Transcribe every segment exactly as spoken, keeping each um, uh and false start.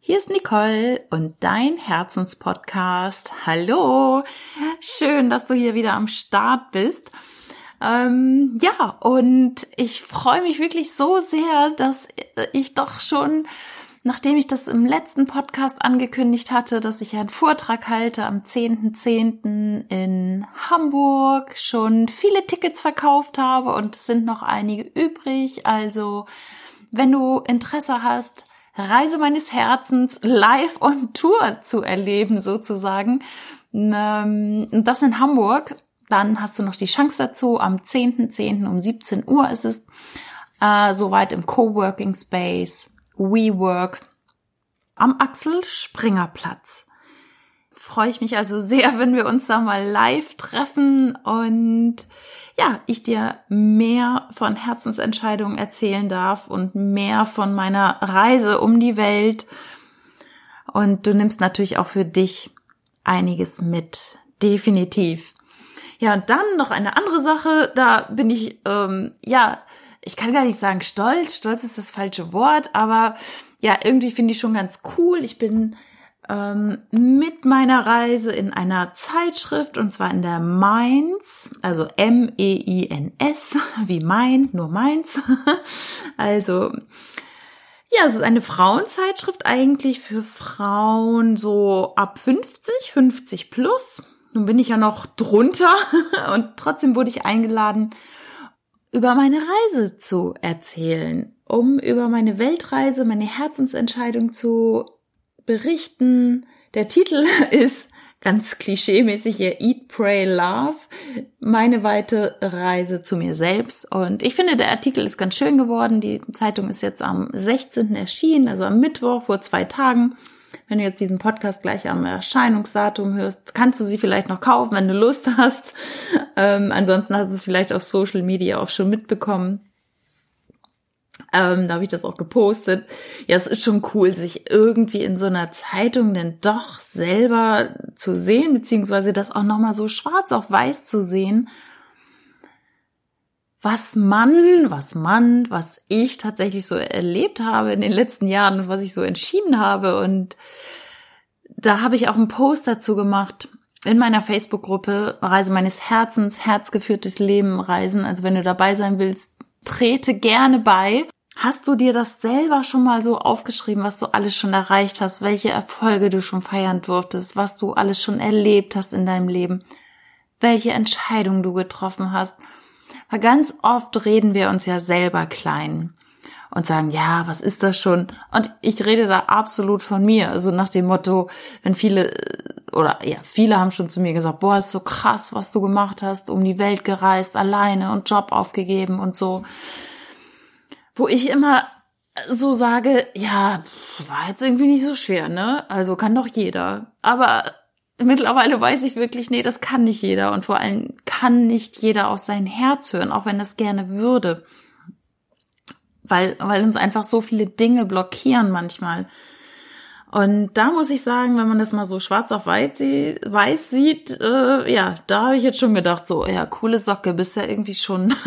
Hier ist Nicole und dein Herzenspodcast. Hallo, schön, dass du hier wieder am Start bist. Ähm, ja, und ich freue mich wirklich so sehr, dass ich doch schon, nachdem ich das im letzten Podcast angekündigt hatte, dass ich einen Vortrag halte am zehnten zehnten in Hamburg, schon viele Tickets verkauft habe und es sind noch einige übrig. Also, wenn du Interesse hast, Reise meines Herzens live on Tour zu erleben sozusagen, und das in Hamburg, dann hast du noch die Chance dazu. Am zehnten zehnten um siebzehn Uhr ist es äh, soweit im Coworking Space WeWork am Axel-Springer-Platz. Freue ich mich also sehr, wenn wir uns da mal live treffen und ja, ich dir mehr von Herzensentscheidungen erzählen darf und mehr von meiner Reise um die Welt. Und du nimmst natürlich auch für dich einiges mit, definitiv. Ja, und dann noch eine andere Sache, da bin ich, ähm, ja, ich kann gar nicht sagen stolz, stolz ist das falsche Wort, aber ja, irgendwie finde ich schon ganz cool. Ich bin ähm, mit meiner Reise in einer Zeitschrift, und zwar in der Meins, also M E I N S, wie mein, nur meins. Also, ja, es ist eine Frauenzeitschrift eigentlich für Frauen so ab fünfzig, fünfzig plus. Nun bin ich ja noch drunter und trotzdem wurde ich eingeladen, über meine Reise zu erzählen, um über meine Weltreise, meine Herzensentscheidung zu berichten. Der Titel ist ganz klischeemäßig hier Eat, Pray, Love, meine weite Reise zu mir selbst. Und ich finde, der Artikel ist ganz schön geworden. Die Zeitung ist jetzt am sechzehnten erschienen, also am Mittwoch vor zwei Tagen. Wenn du jetzt diesen Podcast gleich am Erscheinungsdatum hörst, kannst du sie vielleicht noch kaufen, wenn du Lust hast. Ähm, ansonsten hast du es vielleicht auf Social Media auch schon mitbekommen. Ähm, da habe ich das auch gepostet. Ja, es ist schon cool, sich irgendwie in so einer Zeitung denn doch selber zu sehen, beziehungsweise das auch nochmal so schwarz auf weiß zu sehen, was man, was man, was ich tatsächlich so erlebt habe in den letzten Jahren und was ich so entschieden habe. Und da habe ich auch einen Post dazu gemacht in meiner Facebook-Gruppe Reise meines Herzens, herzgeführtes Leben reisen. Also wenn du dabei sein willst, trete gerne bei. Hast du dir das selber schon mal so aufgeschrieben, was du alles schon erreicht hast, welche Erfolge du schon feiern durftest, was du alles schon erlebt hast in deinem Leben, welche Entscheidungen du getroffen hast? Weil ganz oft reden wir uns ja selber klein und sagen, ja, was ist das schon? Und ich rede da absolut von mir. Also nach dem Motto, wenn viele, oder ja, viele haben schon zu mir gesagt, boah, ist so krass, was du gemacht hast, um die Welt gereist, alleine und Job aufgegeben und so. Wo ich immer so sage, ja, war jetzt irgendwie nicht so schwer, ne? Also kann doch jeder. Aber mittlerweile weiß ich wirklich, nee, das kann nicht jeder. Und vor allem kann nicht jeder auf sein Herz hören, auch wenn das gerne würde. Weil, weil uns einfach so viele Dinge blockieren manchmal. Und da muss ich sagen, wenn man das mal so schwarz auf weiß, sie, weiß sieht, äh, ja, da habe ich jetzt schon gedacht, so, ja, coole Socke, bist ja irgendwie schon,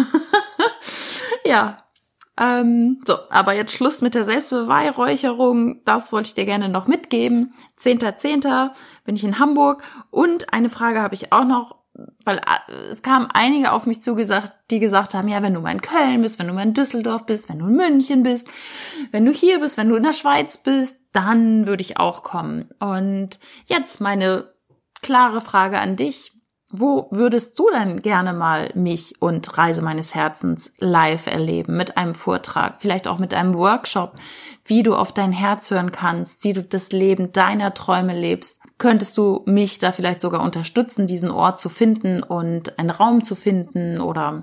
ja. Ähm, so, aber jetzt Schluss mit der Selbstbeweihräucherung. Das wollte ich dir gerne noch mitgeben. zehnten zehnten bin ich in Hamburg. Und eine Frage habe ich auch noch, weil es kamen einige auf mich zugesagt, die gesagt haben, ja, wenn du mal in Köln bist, wenn du mal in Düsseldorf bist, wenn du in München bist, wenn du hier bist, wenn du in der Schweiz bist, dann würde ich auch kommen. Und jetzt meine klare Frage an dich. Wo würdest du denn gerne mal mich und Reise meines Herzens live erleben? Mit einem Vortrag, vielleicht auch mit einem Workshop, wie du auf dein Herz hören kannst, wie du das Leben deiner Träume lebst. Könntest du mich da vielleicht sogar unterstützen, diesen Ort zu finden und einen Raum zu finden oder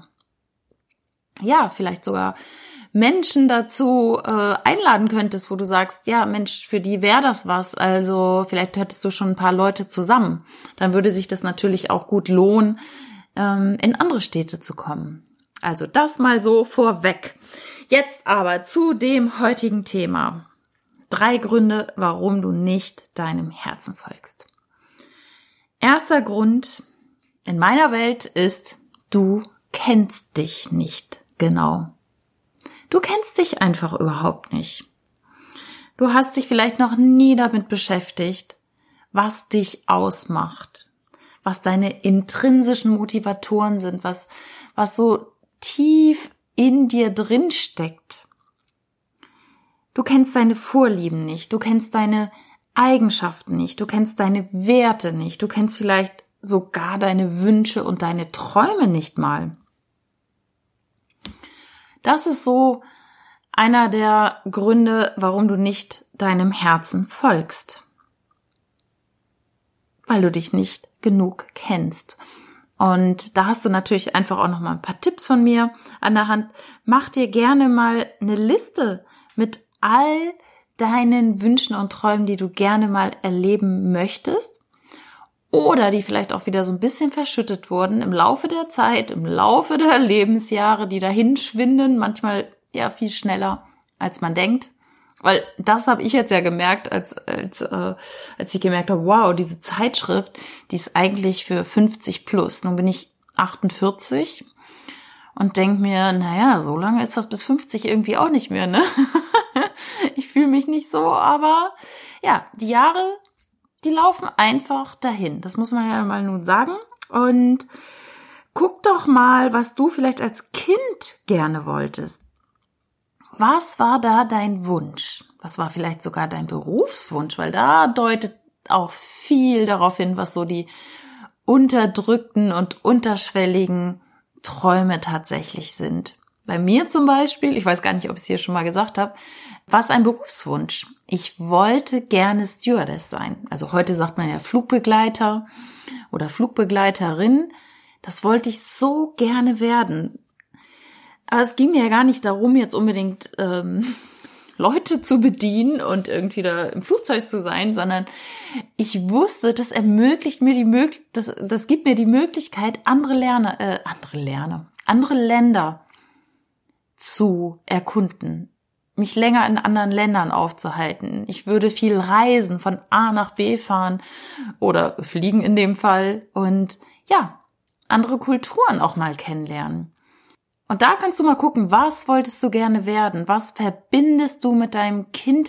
ja, vielleicht sogar Menschen dazu äh, einladen könntest, wo du sagst, ja Mensch, für die wäre das was, also vielleicht hättest du schon ein paar Leute zusammen. Dann würde sich das natürlich auch gut lohnen, ähm, in andere Städte zu kommen. Also das mal so vorweg. Jetzt aber zu dem heutigen Thema. Drei Gründe, warum du nicht deinem Herzen folgst. Erster Grund in meiner Welt ist, du kennst dich nicht genau. Du kennst dich einfach überhaupt nicht. Du hast dich vielleicht noch nie damit beschäftigt, was dich ausmacht, was deine intrinsischen Motivatoren sind, was, was so tief in dir drin steckt. Du kennst deine Vorlieben nicht, du kennst deine Eigenschaften nicht, du kennst deine Werte nicht, du kennst vielleicht sogar deine Wünsche und deine Träume nicht mal. Das ist so einer der Gründe, warum du nicht deinem Herzen folgst. Weil du dich nicht genug kennst. Und da hast du natürlich einfach auch noch mal ein paar Tipps von mir an der Hand. Mach dir gerne mal eine Liste mit all deinen Wünschen und Träumen, die du gerne mal erleben möchtest. Oder die vielleicht auch wieder so ein bisschen verschüttet wurden im Laufe der Zeit, im Laufe der Lebensjahre, die dahin schwinden, manchmal ja viel schneller, als man denkt. Weil das habe ich jetzt ja gemerkt, als als äh, als ich gemerkt habe, wow, diese Zeitschrift, die ist eigentlich für fünfzig plus. Nun bin ich achtundvierzig und denke mir, naja, so lange ist das bis fünfzig irgendwie auch nicht mehr, ne? Ich fühle mich nicht so, aber ja, die Jahre, die laufen einfach dahin. Das muss man ja mal nun sagen. Und guck doch mal, was du vielleicht als Kind gerne wolltest. Was war da dein Wunsch? Was war vielleicht sogar dein Berufswunsch? Weil da deutet auch viel darauf hin, was so die unterdrückten und unterschwelligen Träume tatsächlich sind. Bei mir zum Beispiel, ich weiß gar nicht, ob ich es hier schon mal gesagt habe, war es ein Berufswunsch. Ich wollte gerne Stewardess sein. Also heute sagt man ja Flugbegleiter oder Flugbegleiterin. Das wollte ich so gerne werden. Aber es ging mir ja gar nicht darum, jetzt unbedingt ähm, Leute zu bedienen und irgendwie da im Flugzeug zu sein, sondern ich wusste, das ermöglicht mir die Möglichkeit, das, das gibt mir die Möglichkeit, andere Lerner, äh, andere Lerner, andere Länder zu erkunden, mich länger in anderen Ländern aufzuhalten. Ich würde viel reisen, von A nach B fahren oder fliegen in dem Fall und ja, andere Kulturen auch mal kennenlernen. Und da kannst du mal gucken, was wolltest du gerne werden? Was verbindest du mit deinem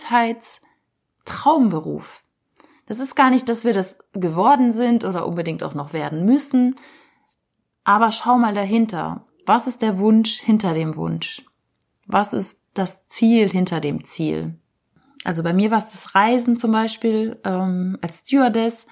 Kindheitstraumberuf? Das ist gar nicht, dass wir das geworden sind oder unbedingt auch noch werden müssen. Aber schau mal dahinter. Was ist der Wunsch hinter dem Wunsch? Was ist das Ziel hinter dem Ziel? Also bei mir war es das Reisen zum Beispiel ähm, als Stewardess.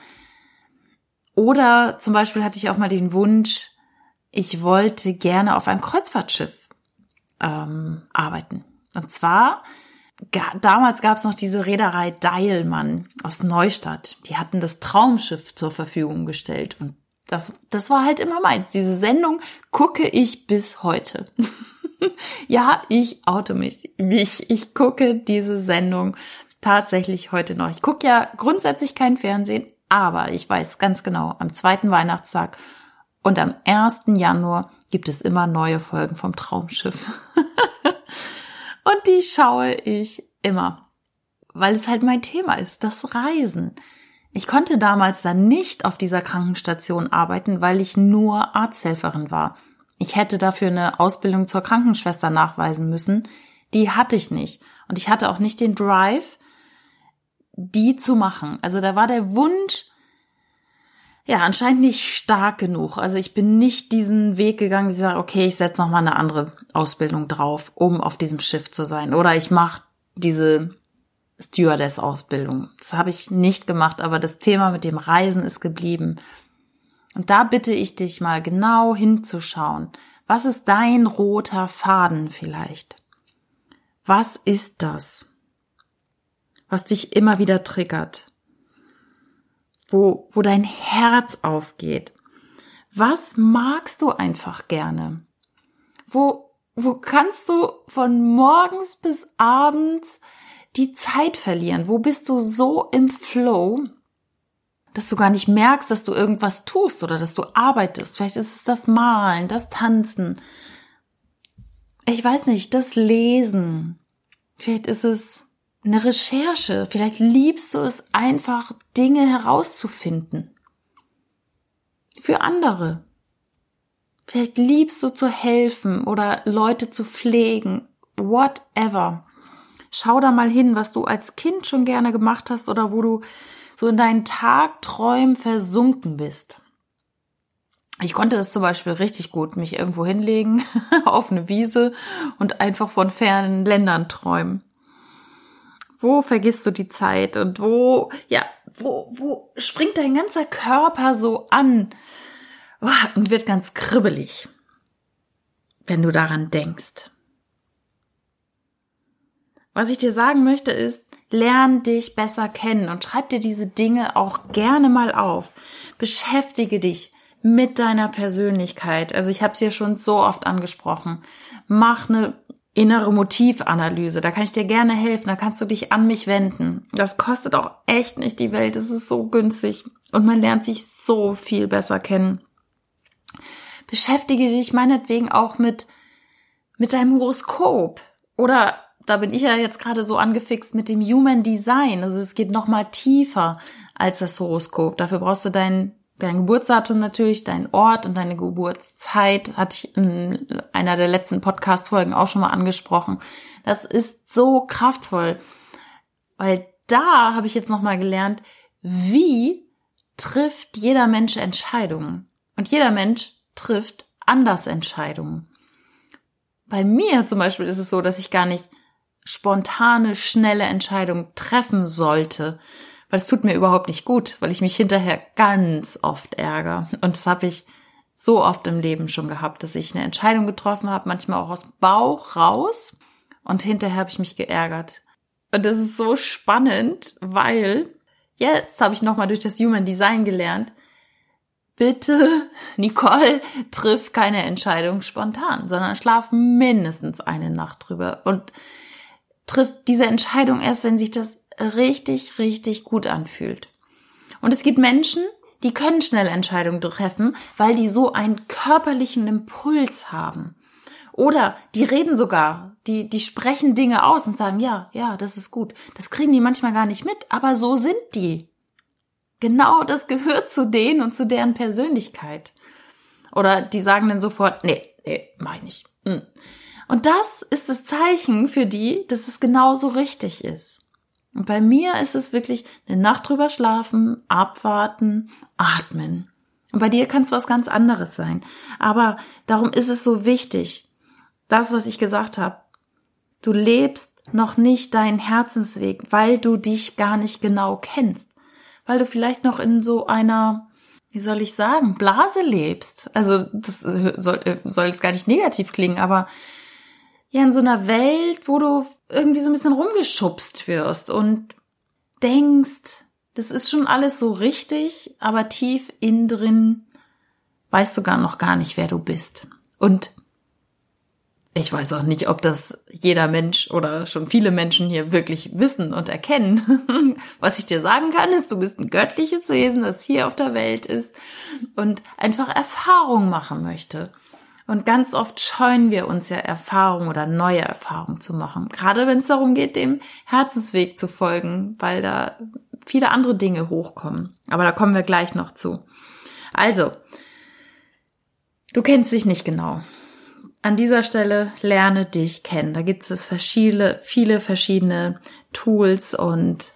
Oder zum Beispiel hatte ich auch mal den Wunsch, ich wollte gerne auf einem Kreuzfahrtschiff ähm, arbeiten. Und zwar, ga, damals gab es noch diese Reederei Deilmann aus Neustadt. Die hatten das Traumschiff zur Verfügung gestellt. Und das, das war halt immer meins. Diese Sendung gucke ich bis heute. Ja, ich oute mich. Ich, ich gucke diese Sendung tatsächlich heute noch. Ich gucke ja grundsätzlich kein Fernsehen, aber ich weiß ganz genau, am zweiten Weihnachtstag und am ersten Januar gibt es immer neue Folgen vom Traumschiff. Und die schaue ich immer, weil es halt mein Thema ist, das Reisen. Ich konnte damals dann nicht auf dieser Krankenstation arbeiten, weil ich nur Arzthelferin war. Ich hätte dafür eine Ausbildung zur Krankenschwester nachweisen müssen. Die hatte ich nicht. Und ich hatte auch nicht den Drive, die zu machen. Also da war der Wunsch, ja, anscheinend nicht stark genug. Also ich bin nicht diesen Weg gegangen, dass ich sage, okay, ich setze nochmal eine andere Ausbildung drauf, um auf diesem Schiff zu sein. Oder ich mache diese Stewardess-Ausbildung. Das habe ich nicht gemacht, aber das Thema mit dem Reisen ist geblieben. Und da bitte ich dich mal genau hinzuschauen. Was ist dein roter Faden vielleicht? Was ist das, was dich immer wieder triggert? Wo, wo dein Herz aufgeht. Was magst du einfach gerne? Wo, wo kannst du von morgens bis abends die Zeit verlieren? Wo bist du so im Flow, dass du gar nicht merkst, dass du irgendwas tust oder dass du arbeitest? Vielleicht ist es das Malen, das Tanzen. Ich weiß nicht, das Lesen. Vielleicht ist es eine Recherche. Vielleicht liebst du es einfach, Dinge herauszufinden. Für andere. Vielleicht liebst du zu helfen oder Leute zu pflegen. Whatever. Schau da mal hin, was du als Kind schon gerne gemacht hast oder wo du so in deinen Tagträumen versunken bist. Ich konnte es zum Beispiel richtig gut, mich irgendwo hinlegen auf eine Wiese und einfach von fernen Ländern träumen. Wo vergisst du die Zeit und wo, ja, wo, wo springt dein ganzer Körper so an und wird ganz kribbelig, wenn du daran denkst. Was ich dir sagen möchte ist, lern dich besser kennen und schreib dir diese Dinge auch gerne mal auf. Beschäftige dich mit deiner Persönlichkeit. Also ich habe es hier schon so oft angesprochen. Mach eine innere Motivanalyse. Da kann ich dir gerne helfen. Da kannst du dich an mich wenden. Das kostet auch echt nicht die Welt. Es ist so günstig und man lernt sich so viel besser kennen. Beschäftige dich meinetwegen auch mit mit deinem Horoskop oder da bin ich ja jetzt gerade so angefixt mit dem Human Design. Also es geht noch mal tiefer als das Horoskop. Dafür brauchst du dein, dein Geburtsdatum natürlich, deinen Ort und deine Geburtszeit. Hatte ich in einer der letzten Podcast-Folgen auch schon mal angesprochen. Das ist so kraftvoll, weil da habe ich jetzt noch mal gelernt, wie trifft jeder Mensch Entscheidungen. Und jeder Mensch trifft anders Entscheidungen. Bei mir zum Beispiel ist es so, dass ich gar nicht spontane, schnelle Entscheidungen treffen sollte, weil es tut mir überhaupt nicht gut, weil ich mich hinterher ganz oft ärgere. Und das habe ich so oft im Leben schon gehabt, dass ich eine Entscheidung getroffen habe, manchmal auch aus Bauch raus und hinterher habe ich mich geärgert. Und das ist so spannend, weil jetzt habe ich nochmal durch das Human Design gelernt, bitte, Nicole, triff keine Entscheidung spontan, sondern schlaf mindestens eine Nacht drüber und triff diese Entscheidung erst, wenn sich das richtig, richtig gut anfühlt. Und es gibt Menschen, die können schnell Entscheidungen treffen, weil die so einen körperlichen Impuls haben. Oder die reden sogar, die, die sprechen Dinge aus und sagen, ja, ja, das ist gut. Das kriegen die manchmal gar nicht mit, aber so sind die. Genau das gehört zu denen und zu deren Persönlichkeit. Oder die sagen dann sofort, nee, nee, mach ich nicht. Und das ist das Zeichen für die, dass es genauso richtig ist. Und bei mir ist es wirklich eine Nacht drüber schlafen, abwarten, atmen. Und bei dir kann es was ganz anderes sein. Aber darum ist es so wichtig, das, was ich gesagt habe, du lebst noch nicht deinen Herzensweg, weil du dich gar nicht genau kennst. Weil du vielleicht noch in so einer, wie soll ich sagen, Blase lebst. Also das soll, soll jetzt gar nicht negativ klingen, aber ja, in so einer Welt, wo du irgendwie so ein bisschen rumgeschubst wirst und denkst, das ist schon alles so richtig, aber tief innen drin weißt du gar noch gar nicht, wer du bist. Und ich weiß auch nicht, ob das jeder Mensch oder schon viele Menschen hier wirklich wissen und erkennen. Was ich dir sagen kann, ist, du bist ein göttliches Wesen, das hier auf der Welt ist und einfach Erfahrung machen möchte. Und ganz oft scheuen wir uns ja Erfahrung oder neue Erfahrungen zu machen. Gerade wenn es darum geht, dem Herzensweg zu folgen, weil da viele andere Dinge hochkommen. Aber da kommen wir gleich noch zu. Also, du kennst dich nicht genau. An dieser Stelle lerne dich kennen. Da gibt es verschiedene, viele verschiedene Tools und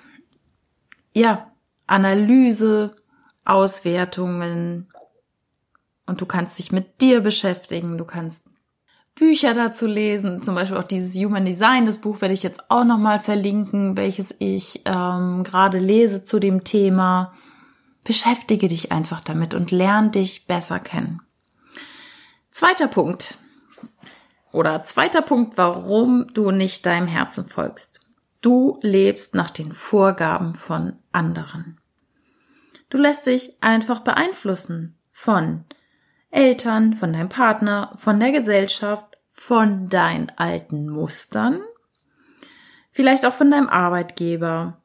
ja, Analyse, Auswertungen. Und du kannst dich mit dir beschäftigen, du kannst Bücher dazu lesen, zum Beispiel auch dieses Human Design, das Buch werde ich jetzt auch nochmal verlinken, welches ich ähm, gerade lese zu dem Thema. Beschäftige dich einfach damit und lerne dich besser kennen. Zweiter Punkt oder zweiter Punkt, warum du nicht deinem Herzen folgst. Du lebst nach den Vorgaben von anderen. Du lässt dich einfach beeinflussen von Eltern, von deinem Partner, von der Gesellschaft, von deinen alten Mustern, vielleicht auch von deinem Arbeitgeber.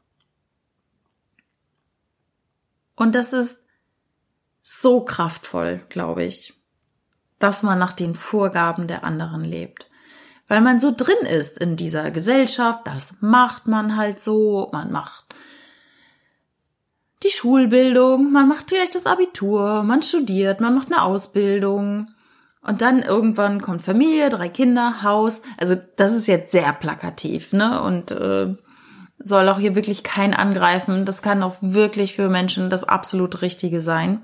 Und das ist so kraftvoll, glaube ich, dass man nach den Vorgaben der anderen lebt. Weil man so drin ist in dieser Gesellschaft, das macht man halt so, man macht die Schulbildung, man macht vielleicht das Abitur, man studiert, man macht eine Ausbildung Und dann irgendwann kommt Familie, drei Kinder, Haus. Also das ist jetzt sehr plakativ, ne? Und äh, soll auch hier wirklich kein angreifen. Das kann auch wirklich für Menschen das absolut Richtige sein.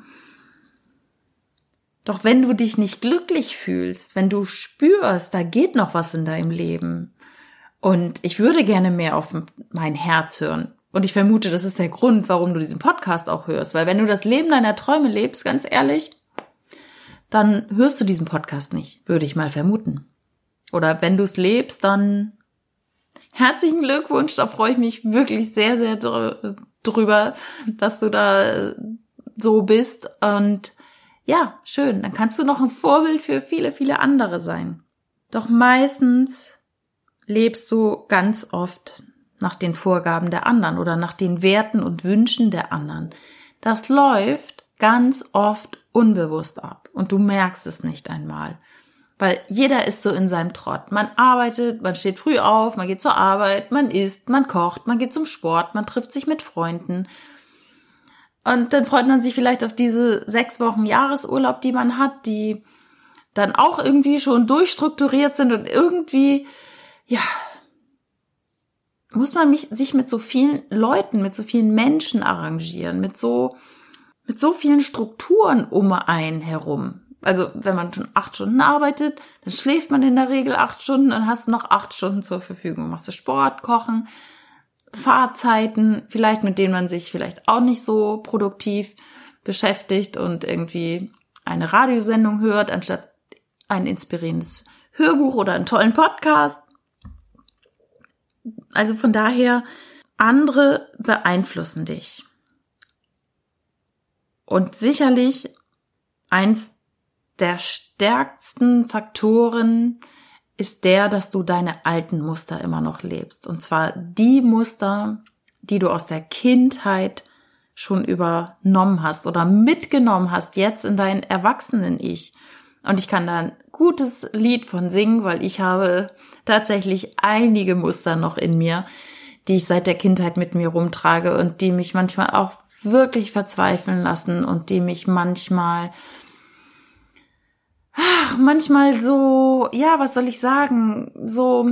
Doch wenn du dich nicht glücklich fühlst, wenn du spürst, da geht noch was in deinem Leben und ich würde gerne mehr auf mein Herz hören. Und ich vermute, das ist der Grund, warum du diesen Podcast auch hörst. Weil wenn du das Leben deiner Träume lebst, ganz ehrlich, dann hörst du diesen Podcast nicht, würde ich mal vermuten. Oder wenn du es lebst, dann herzlichen Glückwunsch, da freue ich mich wirklich sehr, sehr drüber, dass du da so bist. Und ja, schön, dann kannst du noch ein Vorbild für viele, viele andere sein. Doch meistens lebst du ganz oft nach den Vorgaben der anderen oder nach den Werten und Wünschen der anderen. Das läuft ganz oft unbewusst ab und du merkst es nicht einmal. Weil jeder ist so in seinem Trott. Man arbeitet, man steht früh auf, man geht zur Arbeit, man isst, man kocht, man geht zum Sport, man trifft sich mit Freunden. Und dann freut man sich vielleicht auf diese sechs Wochen Jahresurlaub, die man hat, die dann auch irgendwie schon durchstrukturiert sind und irgendwie, ja, muss man mich, sich mit so vielen Leuten, mit so vielen Menschen arrangieren, mit so, mit so vielen Strukturen um einen herum. Also wenn man schon acht Stunden arbeitet, dann schläft man in der Regel acht Stunden, dann hast du noch acht Stunden zur Verfügung. Machst du Sport, Kochen, Fahrzeiten, vielleicht mit denen man sich vielleicht auch nicht so produktiv beschäftigt und irgendwie eine Radiosendung hört, anstatt ein inspirierendes Hörbuch oder einen tollen Podcast. Also von daher, andere beeinflussen dich. Und sicherlich eins der stärksten Faktoren ist der, dass du deine alten Muster immer noch lebst. Und zwar die Muster, die du aus der Kindheit schon übernommen hast oder mitgenommen hast, jetzt in dein Erwachsenen-Ich. Und ich kann da ein gutes Lied von singen, weil ich habe tatsächlich einige Muster noch in mir, die ich seit der Kindheit mit mir rumtrage und die mich manchmal auch wirklich verzweifeln lassen und die mich manchmal Ach, manchmal so, ja, was soll ich sagen, so,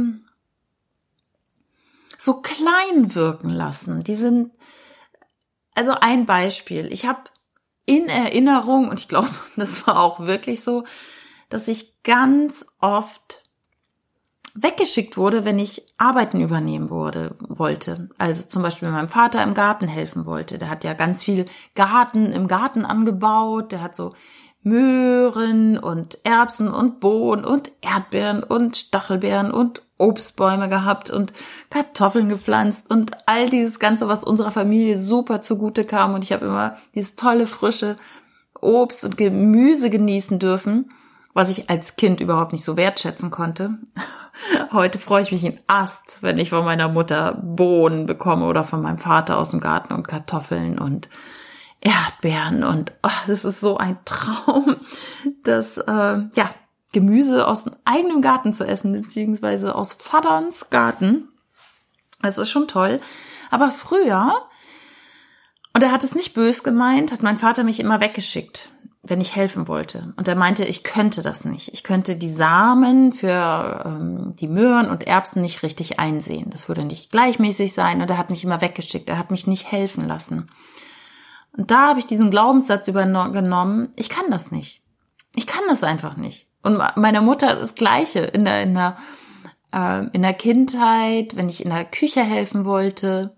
so klein wirken lassen. Die sind, also ein Beispiel. Ich habe in Erinnerung, und ich glaube, das war auch wirklich so, dass ich ganz oft weggeschickt wurde, wenn ich Arbeiten übernehmen wurde, wollte. Also zum Beispiel meinem Vater im Garten helfen wollte. Der hat ja ganz viel Garten im Garten angebaut. Der hat so Möhren und Erbsen und Bohnen und Erdbeeren und Stachelbeeren und Obstbäume gehabt und Kartoffeln gepflanzt und all dieses Ganze, was unserer Familie super zugute kam. Und ich habe immer dieses tolle, frische Obst und Gemüse genießen dürfen, was ich als Kind überhaupt nicht so wertschätzen konnte. Heute freue ich mich in Ast, wenn ich von meiner Mutter Bohnen bekomme oder von meinem Vater aus dem Garten und Kartoffeln und Erdbeeren und oh, das ist so ein Traum, das äh, ja Gemüse aus dem eigenen Garten zu essen, beziehungsweise aus Vaterns Garten. Das ist schon toll. Aber früher, und er hat es nicht bös gemeint, hat mein Vater mich immer weggeschickt, wenn ich helfen wollte. Und er meinte, ich könnte das nicht. Ich könnte die Samen für ähm, die Möhren und Erbsen nicht richtig einsehen. Das würde nicht gleichmäßig sein. Und er hat mich immer weggeschickt. Er hat mich nicht helfen lassen. Und da habe ich diesen Glaubenssatz übernommen, ich kann das nicht. Ich kann das einfach nicht. Und meiner Mutter das Gleiche. In der, in der, äh, in der Kindheit, wenn ich in der Küche helfen wollte,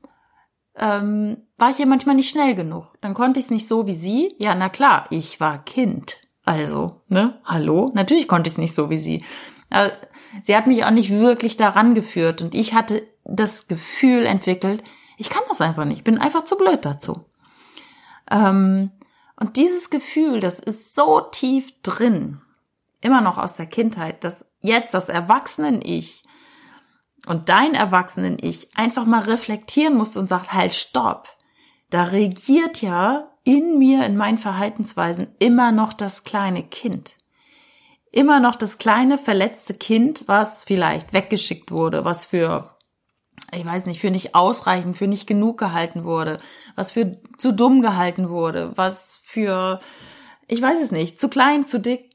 ähm, war ich ihr manchmal nicht schnell genug. Dann konnte ich es nicht so wie sie. Ja, na klar, ich war Kind. Also, ne, hallo? Natürlich konnte ich es nicht so wie sie. Aber sie hat mich auch nicht wirklich daran geführt. Und ich hatte das Gefühl entwickelt, ich kann das einfach nicht. Ich bin einfach zu blöd dazu. Ähm, und dieses Gefühl, das ist so tief drin, immer noch aus der Kindheit, dass jetzt das Erwachsenen-Ich und dein Erwachsenen-Ich einfach mal reflektieren muss und sagt, halt, stopp. Da regiert ja in mir, in meinen Verhaltensweisen immer noch das kleine Kind. Immer noch das kleine, verletzte Kind, was vielleicht weggeschickt wurde, was für ich weiß nicht, für nicht ausreichend, für nicht genug gehalten wurde, was für zu dumm gehalten wurde, was für, ich weiß es nicht, zu klein, zu dick,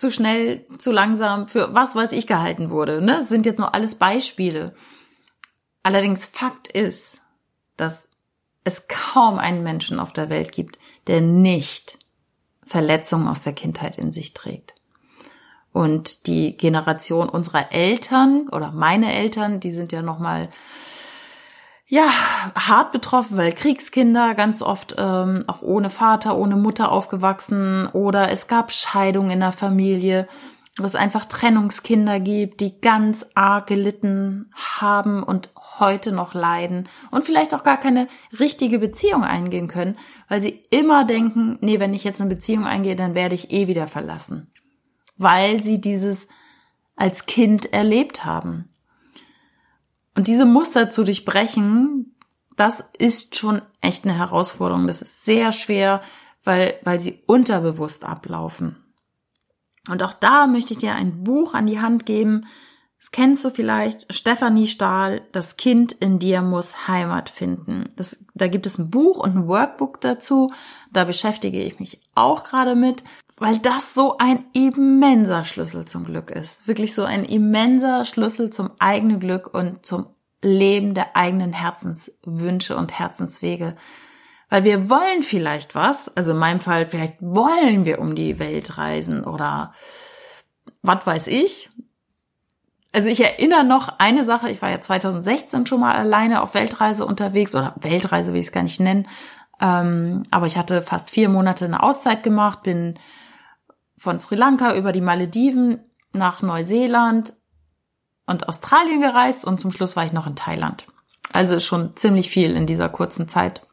zu schnell, zu langsam, für was weiß ich gehalten wurde. Ne? Das sind jetzt nur alles Beispiele. Allerdings Fakt ist, dass es kaum einen Menschen auf der Welt gibt, der nicht Verletzungen aus der Kindheit in sich trägt. Und die Generation unserer Eltern oder meine Eltern, die sind ja nochmal ja, hart betroffen, weil Kriegskinder ganz oft ähm, auch ohne Vater, ohne Mutter aufgewachsen, oder es gab Scheidungen in der Familie, wo es einfach Trennungskinder gibt, die ganz arg gelitten haben und heute noch leiden und vielleicht auch gar keine richtige Beziehung eingehen können, weil sie immer denken, nee, wenn ich jetzt eine Beziehung eingehe, dann werde ich eh wieder verlassen, weil sie dieses als Kind erlebt haben. Und diese Muster zu durchbrechen, das ist schon echt eine Herausforderung. Das ist sehr schwer, weil, weil sie unterbewusst ablaufen. Und auch da möchte ich dir ein Buch an die Hand geben. Das kennst du vielleicht, Stefanie Stahl, Das Kind in dir muss Heimat finden. Das, da gibt es ein Buch und ein Workbook dazu. Da beschäftige ich mich auch gerade mit, weil das so ein immenser Schlüssel zum Glück ist. Wirklich so ein immenser Schlüssel zum eigenen Glück und zum Leben der eigenen Herzenswünsche und Herzenswege. Weil wir wollen vielleicht was, also in meinem Fall, vielleicht wollen wir um die Welt reisen oder was weiß ich. Also ich erinnere noch eine Sache, ich war ja zwanzig sechzehn schon mal alleine auf Weltreise unterwegs, oder Weltreise will ich es gar nicht nennen, ähm, aber ich hatte fast vier Monate eine Auszeit gemacht, bin von Sri Lanka über die Malediven nach Neuseeland und Australien gereist und zum Schluss war ich noch in Thailand. Also schon ziemlich viel in dieser kurzen Zeit.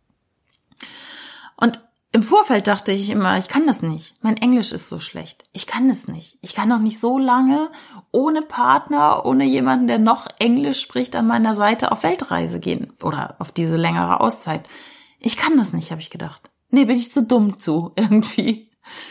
Und im Vorfeld dachte ich immer, ich kann das nicht. Mein Englisch ist so schlecht. Ich kann das nicht. Ich kann doch nicht so lange ohne Partner, ohne jemanden, der noch Englisch spricht, an meiner Seite auf Weltreise gehen oder auf diese längere Auszeit. Ich kann das nicht, habe ich gedacht. Nee, bin ich zu dumm zu, irgendwie.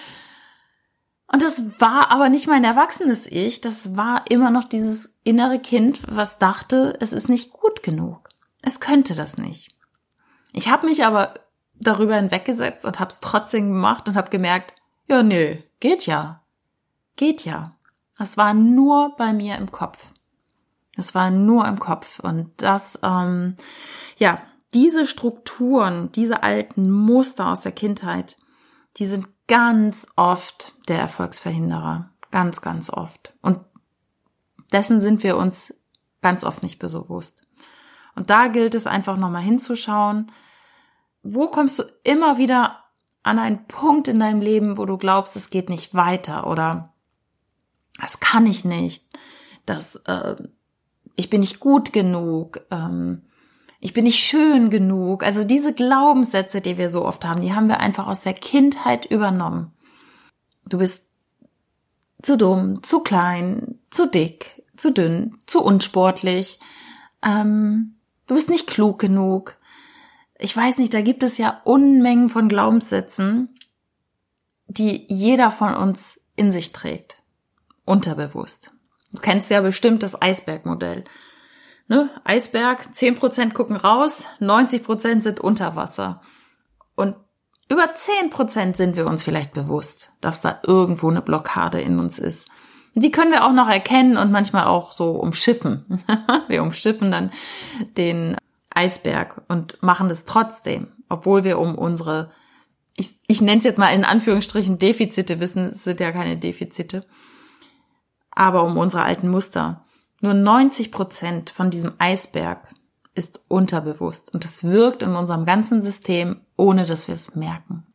Und das war aber nicht mein erwachsenes Ich, das war immer noch dieses innere Kind, was dachte, es ist nicht gut genug. Es könnte das nicht. Ich habe mich aber darüber hinweggesetzt und habe es trotzdem gemacht und habe gemerkt, ja, nee, geht ja. Geht ja. Das war nur bei mir im Kopf. Das war nur im Kopf. Und das, ähm, ja, diese Strukturen, diese alten Muster aus der Kindheit, die sind ganz oft der Erfolgsverhinderer. Ganz, ganz oft. Und dessen sind wir uns ganz oft nicht bewusst. Und da gilt es einfach nochmal hinzuschauen, wo kommst du immer wieder an einen Punkt in deinem Leben, wo du glaubst, es geht nicht weiter oder das kann ich nicht, das, äh, ich bin nicht gut genug, ähm, ich bin nicht schön genug. Also diese Glaubenssätze, die wir so oft haben, die haben wir einfach aus der Kindheit übernommen. Du bist zu dumm, zu klein, zu dick, zu dünn, zu unsportlich, ähm, du bist nicht klug genug. Ich weiß nicht, da gibt es ja Unmengen von Glaubenssätzen, die jeder von uns in sich trägt. Unterbewusst. Du kennst ja bestimmt das Eisbergmodell. Ne? Eisberg, zehn Prozent gucken raus, neunzig Prozent sind unter Wasser. Und über zehn Prozent sind wir uns vielleicht bewusst, dass da irgendwo eine Blockade in uns ist. Und die können wir auch noch erkennen und manchmal auch so umschiffen. Wir umschiffen dann den Eisberg und machen das trotzdem, obwohl wir um unsere, ich, ich nenne es jetzt mal in Anführungsstrichen Defizite wissen, es sind ja keine Defizite, aber um unsere alten Muster. Nur neunzig Prozent von diesem Eisberg ist unterbewusst und es wirkt in unserem ganzen System, ohne dass wir es merken.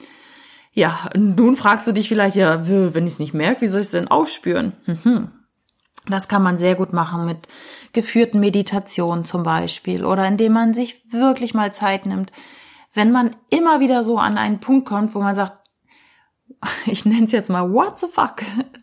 Ja, nun fragst du dich vielleicht, ja, wenn ich es nicht merke, wie soll ich es denn aufspüren? Mhm. Das kann man sehr gut machen mit geführten Meditationen zum Beispiel oder indem man sich wirklich mal Zeit nimmt. Wenn man immer wieder so an einen Punkt kommt, wo man sagt, ich nenne es jetzt mal, what the fuck?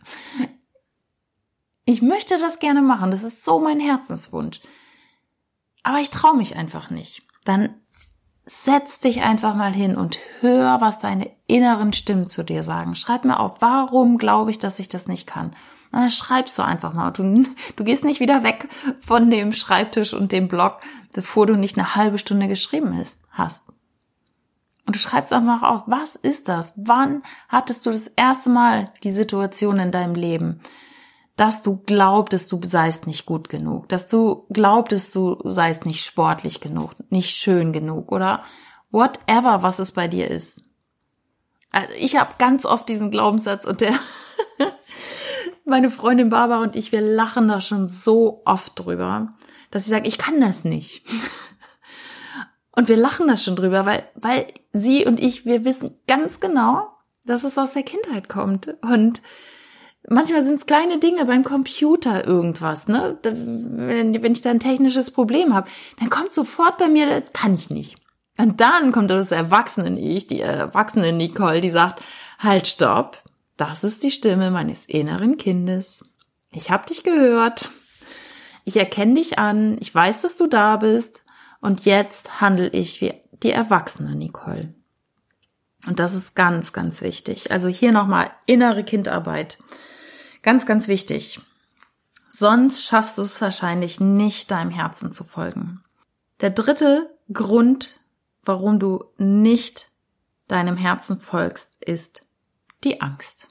Ich möchte das gerne machen, das ist so mein Herzenswunsch. Aber ich traue mich einfach nicht. Dann setz dich einfach mal hin und hör, was deine inneren Stimmen zu dir sagen. Schreib mir auf, warum glaube ich, dass ich das nicht kann? Und dann schreibst du einfach mal. Du, du gehst nicht wieder weg von dem Schreibtisch und dem Blog, bevor du nicht eine halbe Stunde geschrieben hast. Und du schreibst einfach auf, was ist das? Wann hattest du das erste Mal die Situation in deinem Leben, dass du glaubtest, du seist nicht gut genug, dass du glaubtest, du seist nicht sportlich genug, nicht schön genug oder whatever, was es bei dir ist. Also ich habe ganz oft diesen Glaubenssatz und der meine Freundin Barbara und ich, wir lachen da schon so oft drüber, dass ich sage, ich kann das nicht. Und wir lachen da schon drüber, weil weil sie und ich, wir wissen ganz genau, dass es aus der Kindheit kommt. Und manchmal sind es kleine Dinge beim Computer irgendwas, ne? Wenn, wenn ich da ein technisches Problem habe, dann kommt sofort bei mir, das kann ich nicht. Und dann kommt das Erwachsenen-Ich, die erwachsene Nicole, die sagt, halt, stopp, das ist die Stimme meines inneren Kindes. Ich habe dich gehört, ich erkenne dich an, ich weiß, dass du da bist und jetzt handle ich wie die erwachsene Nicole. Und das ist ganz, ganz wichtig. Also hier nochmal innere Kindarbeit. Ganz, ganz wichtig. Sonst schaffst du es wahrscheinlich nicht, deinem Herzen zu folgen. Der dritte Grund, warum du nicht deinem Herzen folgst, ist die Angst.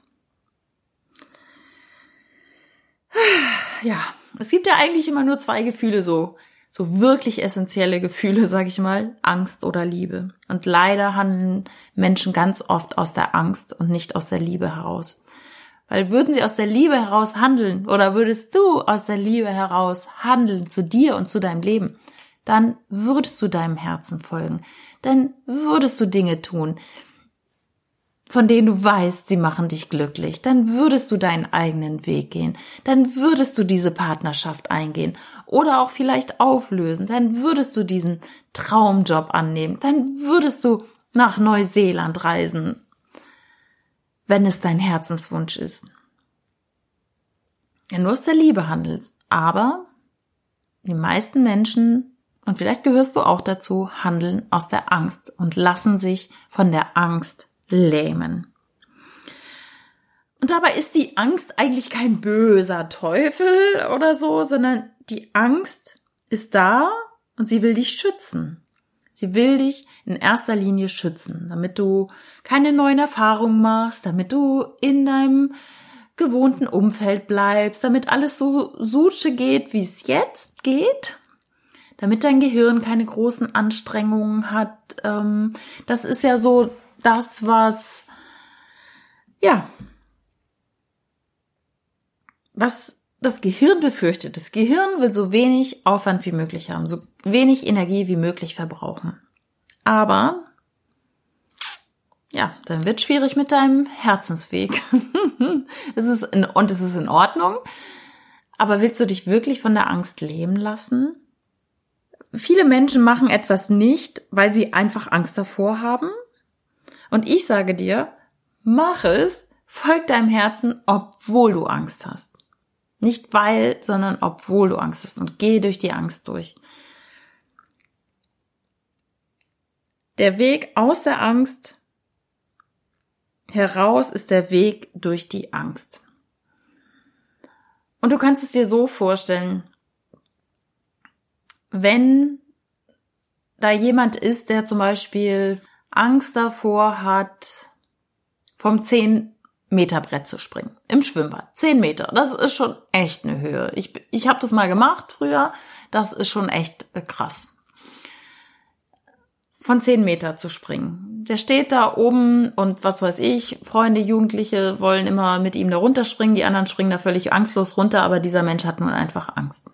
Ja, es gibt ja eigentlich immer nur zwei Gefühle, so, so wirklich essentielle Gefühle, sag ich mal, Angst oder Liebe. Und leider handeln Menschen ganz oft aus der Angst und nicht aus der Liebe heraus. Weil würden sie aus der Liebe heraus handeln oder würdest du aus der Liebe heraus handeln zu dir und zu deinem Leben, dann würdest du deinem Herzen folgen. Dann würdest du Dinge tun, von denen du weißt, sie machen dich glücklich. Dann würdest du deinen eigenen Weg gehen. Dann würdest du diese Partnerschaft eingehen oder auch vielleicht auflösen. Dann würdest du diesen Traumjob annehmen. Dann würdest du nach Neuseeland reisen, wenn es dein Herzenswunsch ist. Wenn du aus der Liebe handelst. Aber die meisten Menschen, und vielleicht gehörst du auch dazu, handeln aus der Angst und lassen sich von der Angst lähmen. Und dabei ist die Angst eigentlich kein böser Teufel oder so, sondern die Angst ist da und sie will dich schützen. Sie will dich in erster Linie schützen, damit du keine neuen Erfahrungen machst, damit du in deinem gewohnten Umfeld bleibst, damit alles so suche geht, wie es jetzt geht, damit dein Gehirn keine großen Anstrengungen hat. Das ist ja so das, was, ja, was das Gehirn befürchtet. Das Gehirn will so wenig Aufwand wie möglich haben, so wenig Energie wie möglich verbrauchen. Aber, ja, dann wird schwierig mit deinem Herzensweg. es ist in, und es ist in Ordnung. Aber willst du dich wirklich von der Angst lähmen lassen? Viele Menschen machen etwas nicht, weil sie einfach Angst davor haben. Und ich sage dir, mach es, folg deinem Herzen, obwohl du Angst hast. Nicht weil, sondern obwohl du Angst hast. Und geh durch die Angst durch. Der Weg aus der Angst heraus ist der Weg durch die Angst. Und du kannst es dir so vorstellen, wenn da jemand ist, der zum Beispiel Angst davor hat, vom zehn Meter Brett zu springen, im Schwimmbad. zehn Meter, das ist schon echt eine Höhe. Ich, ich habe das mal gemacht früher, das ist schon echt krass. Von zehn Meter zu springen. Der steht da oben und was weiß ich, Freunde, Jugendliche wollen immer mit ihm da runterspringen, die anderen springen da völlig angstlos runter, aber dieser Mensch hat nun einfach Angst.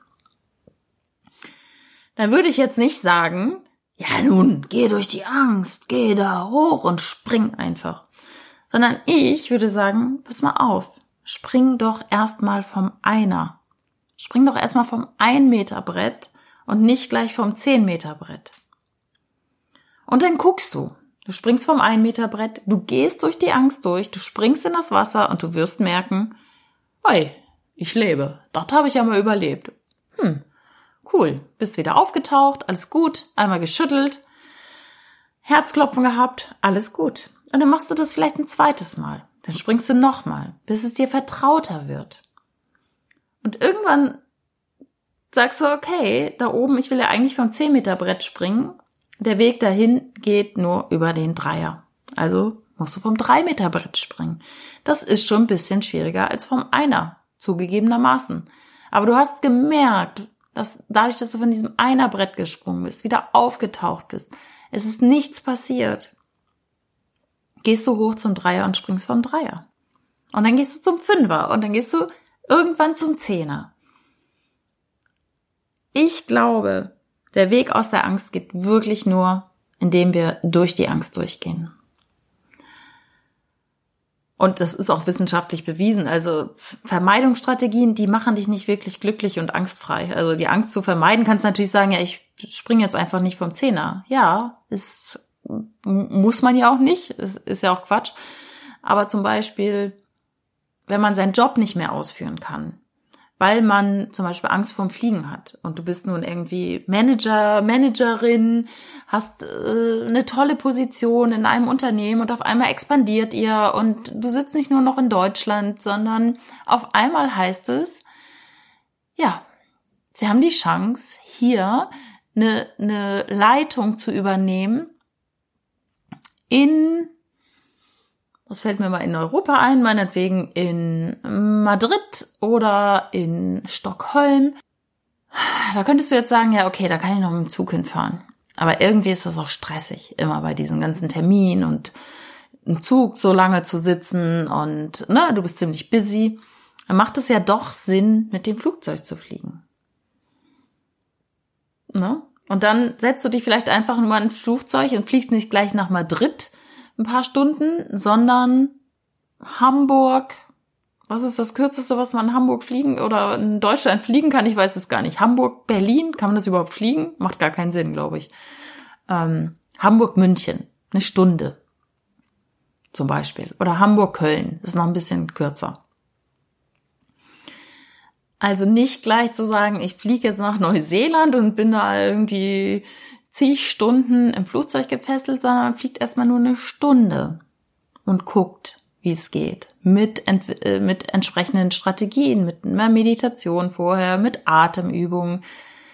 Dann würde ich jetzt nicht sagen, ja nun, geh durch die Angst, geh da hoch und spring einfach. Sondern ich würde sagen, pass mal auf, spring doch erstmal vom Einer. Spring doch erstmal vom ein Meter Brett und nicht gleich vom zehn Meter Brett. Und dann guckst du. Du springst vom ein Meter Brett, du gehst durch die Angst durch, du springst in das Wasser und du wirst merken, oi, ich lebe. Das habe ich ja mal überlebt. Hm, cool. Bist wieder aufgetaucht, alles gut, einmal geschüttelt, Herzklopfen gehabt, alles gut. Und dann machst du das vielleicht ein zweites Mal. Dann springst du nochmal, bis es dir vertrauter wird. Und irgendwann sagst du, okay, da oben, ich will ja eigentlich vom zehn Meter Brett springen. Der Weg dahin geht nur über den Dreier. Also musst du vom drei Meter Brett springen. Das ist schon ein bisschen schwieriger als vom Einer, zugegebenermaßen. Aber du hast gemerkt, dass dadurch, dass du von diesem Einer Brett gesprungen bist, wieder aufgetaucht bist, es ist nichts passiert. Gehst du hoch zum Dreier und springst vom Dreier. Und dann gehst du zum Fünfer und dann gehst du irgendwann zum Zehner. Ich glaube, der Weg aus der Angst geht wirklich nur, indem wir durch die Angst durchgehen. Und das ist auch wissenschaftlich bewiesen. Also Vermeidungsstrategien, die machen dich nicht wirklich glücklich und angstfrei. Also die Angst zu vermeiden, kannst du natürlich sagen, ja, ich springe jetzt einfach nicht vom Zehner. Ja, ist, muss man ja auch nicht. Ist, ist ja auch Quatsch. Aber zum Beispiel, wenn man seinen Job nicht mehr ausführen kann, weil man zum Beispiel Angst vorm Fliegen hat und du bist nun irgendwie Manager, Managerin, hast äh, eine tolle Position in einem Unternehmen und auf einmal expandiert ihr und du sitzt nicht nur noch in Deutschland, sondern auf einmal heißt es, ja, sie haben die Chance, hier eine, eine Leitung zu übernehmen in... Das fällt mir mal in Europa ein, meinetwegen in Madrid oder in Stockholm. Da könntest du jetzt sagen, ja, okay, da kann ich noch mit dem Zug hinfahren. Aber irgendwie ist das auch stressig, immer bei diesen ganzen Terminen und im Zug so lange zu sitzen und ne, du bist ziemlich busy. Dann macht es ja doch Sinn, mit dem Flugzeug zu fliegen. Ne? Und dann setzt du dich vielleicht einfach nur in ein Flugzeug und fliegst nicht gleich nach Madrid ein paar Stunden, sondern Hamburg, was ist das Kürzeste, was man in Hamburg fliegen oder in Deutschland fliegen kann? Ich weiß es gar nicht. Hamburg, Berlin, kann man das überhaupt fliegen? Macht gar keinen Sinn, glaube ich. Ähm, Hamburg, München, eine Stunde zum Beispiel. Oder Hamburg, Köln, das ist noch ein bisschen kürzer. Also nicht gleich zu sagen, ich fliege jetzt nach Neuseeland und bin da irgendwie zig Stunden im Flugzeug gefesselt, sondern man fliegt erstmal nur eine Stunde und guckt, wie es geht. Mit, äh, mit entsprechenden Strategien, mit einer Meditation vorher, mit Atemübungen.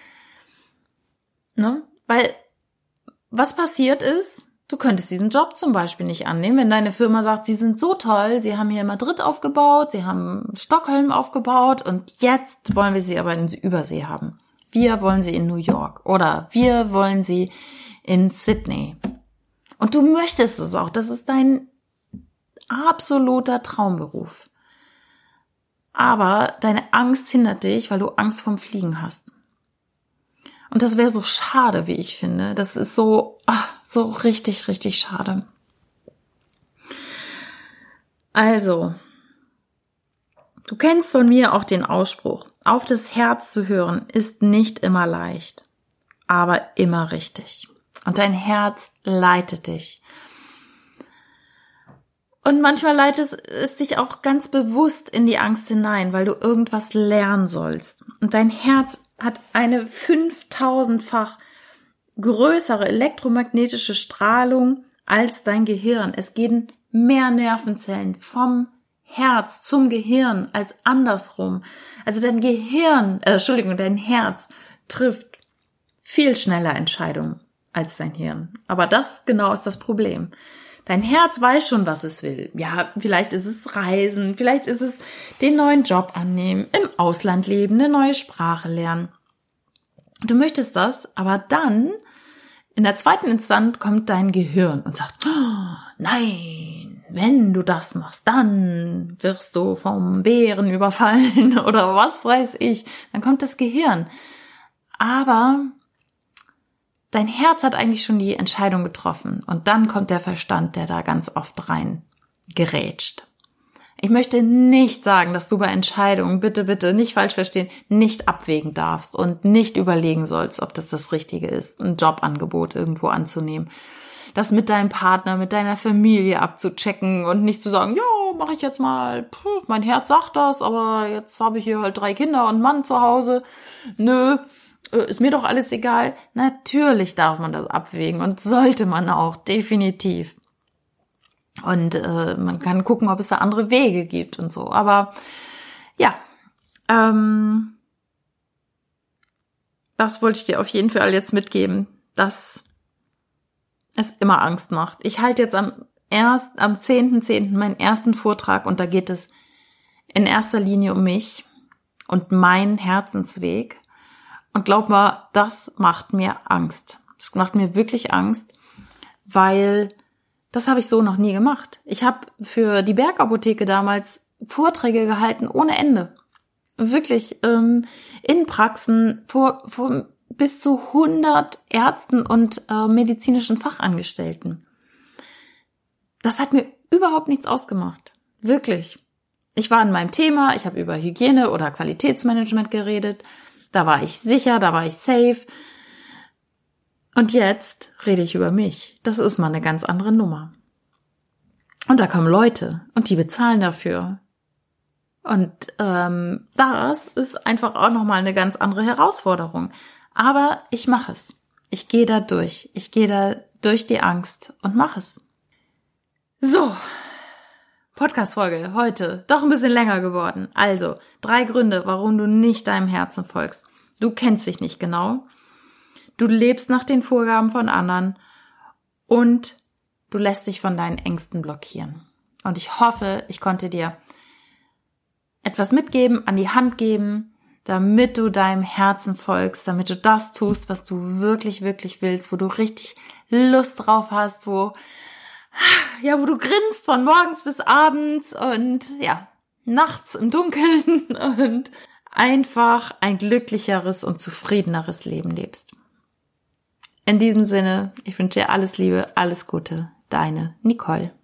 Ne? Weil was passiert ist, du könntest diesen Job zum Beispiel nicht annehmen, wenn deine Firma sagt, sie sind so toll, sie haben hier Madrid aufgebaut, sie haben Stockholm aufgebaut und jetzt wollen wir sie aber in Übersee haben. Wir wollen sie in New York oder wir wollen sie in Sydney. Und du möchtest es auch. Das ist dein absoluter Traumberuf. Aber deine Angst hindert dich, weil du Angst vorm Fliegen hast. Und das wäre so schade, wie ich finde. Das ist so, ach, so richtig, richtig schade. Also, du kennst von mir auch den Ausspruch, auf das Herz zu hören ist nicht immer leicht, aber immer richtig. Und dein Herz leitet dich. Und manchmal leitet es dich auch ganz bewusst in die Angst hinein, weil du irgendwas lernen sollst. Und dein Herz hat eine fünftausendfach größere elektromagnetische Strahlung als dein Gehirn. Es gehen mehr Nervenzellen vom Herz zum Gehirn als andersrum. Also dein Gehirn, äh, Entschuldigung, dein Herz trifft viel schneller Entscheidungen als dein Hirn. Aber das genau ist das Problem. Dein Herz weiß schon, was es will. Ja, vielleicht ist es Reisen, vielleicht ist es den neuen Job annehmen, im Ausland leben, eine neue Sprache lernen. Du möchtest das, aber dann in der zweiten Instanz kommt dein Gehirn und sagt, oh, nein, wenn du das machst, dann wirst du vom Bären überfallen oder was weiß ich. Dann kommt das Gehirn. Aber dein Herz hat eigentlich schon die Entscheidung getroffen und dann kommt der Verstand, der da ganz oft rein gerätscht. Ich möchte nicht sagen, dass du bei Entscheidungen, bitte, bitte, nicht falsch verstehen, nicht abwägen darfst und nicht überlegen sollst, ob das das Richtige ist, ein Jobangebot irgendwo anzunehmen. Das mit deinem Partner, mit deiner Familie abzuchecken und nicht zu sagen, ja, mache ich jetzt mal, puh, mein Herz sagt das, aber jetzt habe ich hier halt drei Kinder und einen Mann zu Hause. Nö, ist mir doch alles egal. Natürlich darf man das abwägen und sollte man auch, definitiv. Und äh, man kann gucken, ob es da andere Wege gibt und so. Aber ja, ähm, das wollte ich dir auf jeden Fall jetzt mitgeben, dass es immer Angst macht. Ich halte jetzt am erst am zehnten zehnten meinen ersten Vortrag und da geht es in erster Linie um mich und meinen Herzensweg. Und glaub mal, das macht mir Angst. Das macht mir wirklich Angst, weil das habe ich so noch nie gemacht. Ich habe für die Bergapotheke damals Vorträge gehalten ohne Ende. Wirklich ähm, in Praxen vor, vor bis zu hundert Ärzten und äh, medizinischen Fachangestellten. Das hat mir überhaupt nichts ausgemacht. Wirklich. Ich war in meinem Thema, ich habe über Hygiene oder Qualitätsmanagement geredet. Da war ich sicher, da war ich safe. Und jetzt rede ich über mich. Das ist mal eine ganz andere Nummer. Und da kommen Leute und die bezahlen dafür. Und ähm, das ist einfach auch nochmal eine ganz andere Herausforderung. Aber ich mache es. Ich gehe da durch. Ich gehe da durch die Angst und mache es. So, Podcast-Folge heute. Doch ein bisschen länger geworden. Also, drei Gründe, warum du nicht deinem Herzen folgst. Du kennst dich nicht genau. Du lebst nach den Vorgaben von anderen. Und du lässt dich von deinen Ängsten blockieren. Und ich hoffe, ich konnte dir etwas mitgeben, an die Hand geben, damit du deinem Herzen folgst, damit du das tust, was du wirklich, wirklich willst, wo du richtig Lust drauf hast, wo, ja, wo du grinst von morgens bis abends und, ja, nachts im Dunkeln und einfach ein glücklicheres und zufriedeneres Leben lebst. In diesem Sinne, ich wünsche dir alles Liebe, alles Gute, deine Nicole.